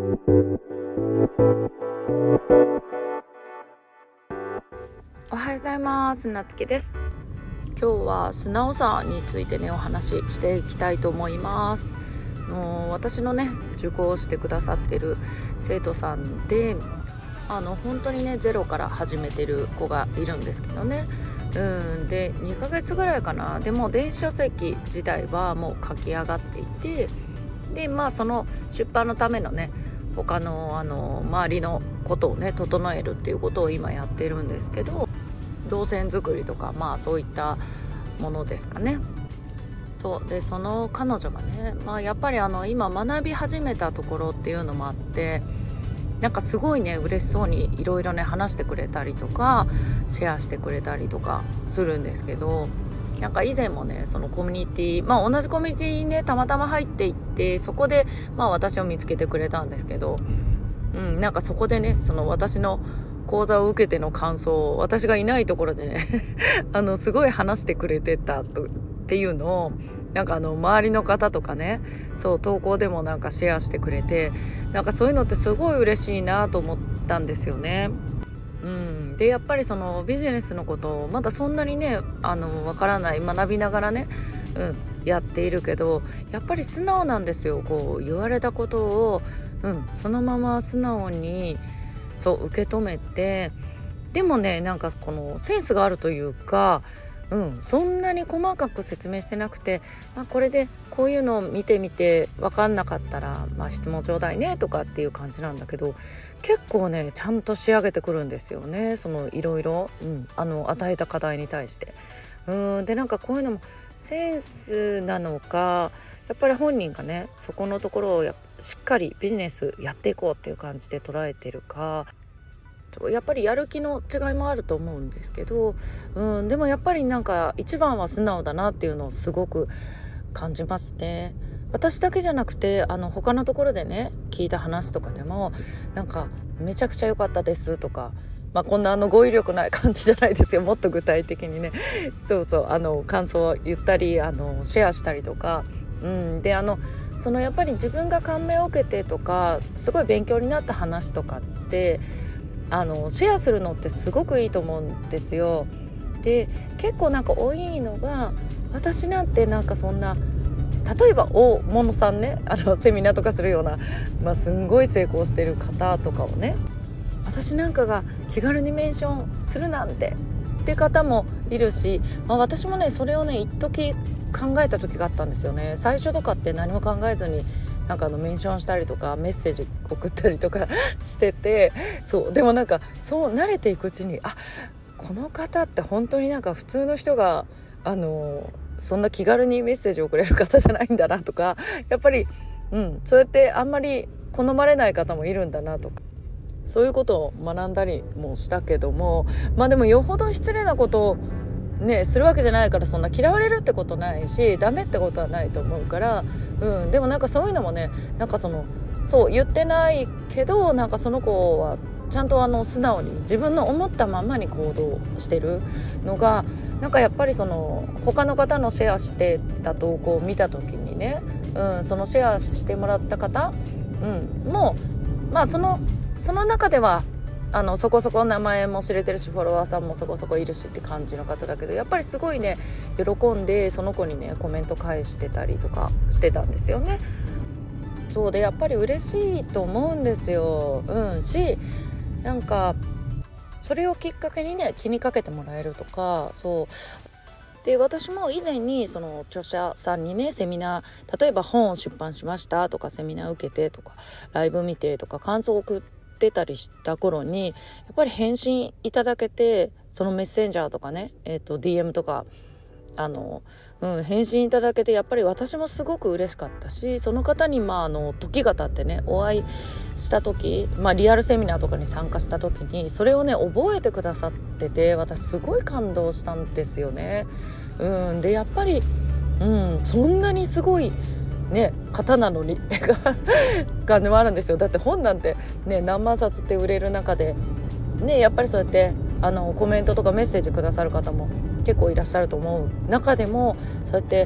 おはようございます。なつきです。今日は素直さについてねお話ししていきたいと思います。私のね受講してくださってる生徒さんで本当にねゼロから始めてる子がいるんですけどね。で2ヶ月ぐらいかな。でも電子書籍自体はもう書き上がっていて、でその出版のためのね他の周りのことをね整えるっていうことを今やってるんですけど、動線作りとかそういったものですかね。そうで、その彼女がね、やっぱり今学び始めたところっていうのもあって、なんかすごいね嬉しそうにいろいろね話してくれたりとかシェアしてくれたりとかするんですけど、なんか以前もねそのコミュニティ、同じコミュニティにねたまたま入っていって、そこで私を見つけてくれたんですけど、なんかそこでねその私の講座を受けての感想を私がいないところでねすごい話してくれてたっていうのをなんか周りの方とかね、そう投稿でもなんかシェアしてくれて、なんかそういうのってすごい嬉しいなと思ったんですよね。でやっぱりそのビジネスのことをまだそんなにねわからない、学びながらね、やっているけど、やっぱり素直なんですよ。こう言われたことを、そのまま素直にそう受け止めて、でもねなんかこのセンスがあるというか、そんなに細かく説明してなくて、これでこういうのを見てみて分かんなかったら、質問ちょうだいねとかっていう感じなんだけど、結構ねちゃんと仕上げてくるんですよね。そのいろいろ与えた課題に対して。でなんかこういうのもセンスなのか、やっぱり本人がねそこのところをしっかりビジネスやっていこうっていう感じで捉えてるか、やっぱりやる気の違いもあると思うんですけど、でもやっぱりなんか一番は素直だなっていうのをすごく感じますね。私だけじゃなくて他のところでね聞いた話とかでも、なんかめちゃくちゃ良かったですとか、こんな語彙力ない感じじゃないですよ。もっと具体的にねそう感想を言ったりシェアしたりとか、でそのやっぱり自分が感銘を受けてとかすごい勉強になった話とかってシェアするのってすごくいいと思うんですよ。で結構なんか多いのが、私なんてなんかそんな、例えば大物さんねセミナーとかするような、すんごい成功してる方とかをね、私なんかが気軽にメンションするなんてって方もいるし、私もねそれをね一時考えた時があったんですよね。最初とかって何も考えずになんかメンションしたりとかメッセージ送ったりとかしてて、そうでもなんかそう慣れていくうちに、この方って本当になんか普通の人がそんな気軽にメッセージを送れる方じゃないんだなとか、やっぱり、そうやってあんまり好まれない方もいるんだなとか、そういうことを学んだりもしたけども、でもよほど失礼なことをねするわけじゃないから、そんな嫌われるってことないしダメってことはないと思うから、でもなんかそういうのもね、なんかそう言ってないけど、なんかその子はちゃんと素直に自分の思ったままに行動してるのが、なんかやっぱり他の方のシェアしてた投稿を見た時にね、そのシェアしてもらった方、もうその中ではそこそこ名前も知れてるしフォロワーさんもそこそこいるしって感じの方だけど、やっぱりすごいね喜んでその子にねコメント返してたりとかしてたんですよね。そうでやっぱり嬉しいと思うんですよ。なんかそれをきっかけにね気にかけてもらえるとか、そうで私も以前にその著者さんにねセミナー、例えば本を出版しましたとかセミナー受けてとかライブ見てとか感想を送ってたりした頃に、やっぱり返信いただけて、そのメッセンジャーとかね、DM とか返信いただけて、やっぱり私もすごく嬉しかったし、その方に時が経ってねお会いした時、リアルセミナーとかに参加した時にそれをね覚えてくださってて、私すごい感動したんですよね。でやっぱり、そんなにすごいね方なのにって感じもあるんですよ。だって本なんてね何万冊って売れる中でね、やっぱりそうやってコメントとかメッセージくださる方も結構いらっしゃると思う中でも、そうやって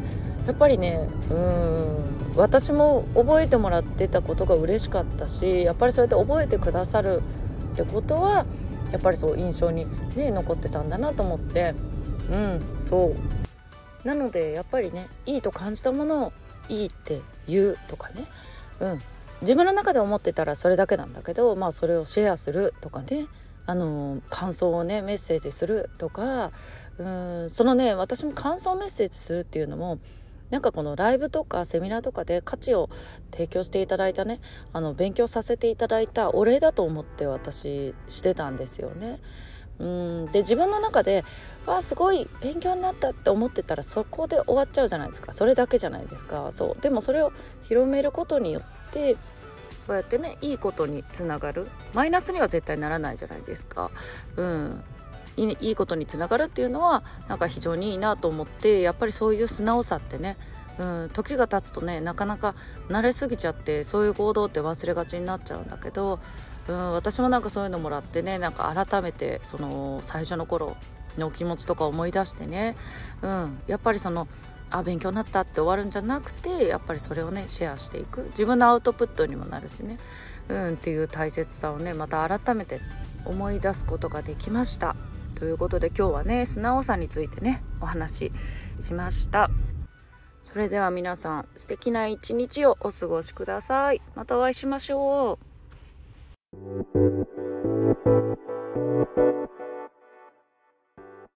やっぱりね私も覚えてもらってたことが嬉しかったし、やっぱりそうやって覚えてくださるってことはやっぱりそう印象にね残ってたんだなと思って、そうなのでやっぱりね、いいと感じたものをいいって言うとかね、自分の中で思ってたらそれだけなんだけど、それをシェアするとかね、感想をねメッセージするとか、そのね、私も感想メッセージするっていうのもなんかこのライブとかセミナーとかで価値を提供していただいたね、勉強させていただいたお礼だと思って私してたんですよね。で自分の中ですごい勉強になったって思ってたらそこで終わっちゃうじゃないですか。それだけじゃないですか。そうでもそれを広めることによってそうやってね、いいことにつながる、マイナスには絶対ならないじゃないですか。いいことにつながるっていうのはなんか非常にいいなと思って、やっぱりそういう素直さってね、時が経つとねなかなか慣れすぎちゃってそういう行動って忘れがちになっちゃうんだけど、私もなんかそういうのもらってね、なんか改めてその最初の頃の気持ちとか思い出してね、やっぱりその勉強になったって終わるんじゃなくて、やっぱりそれをねシェアしていく、自分のアウトプットにもなるしね、っていう大切さをねまた改めて思い出すことができました。ということで今日はね素直さについてねお話ししました。それでは皆さん素敵な一日をお過ごしください。またお会いしましょう。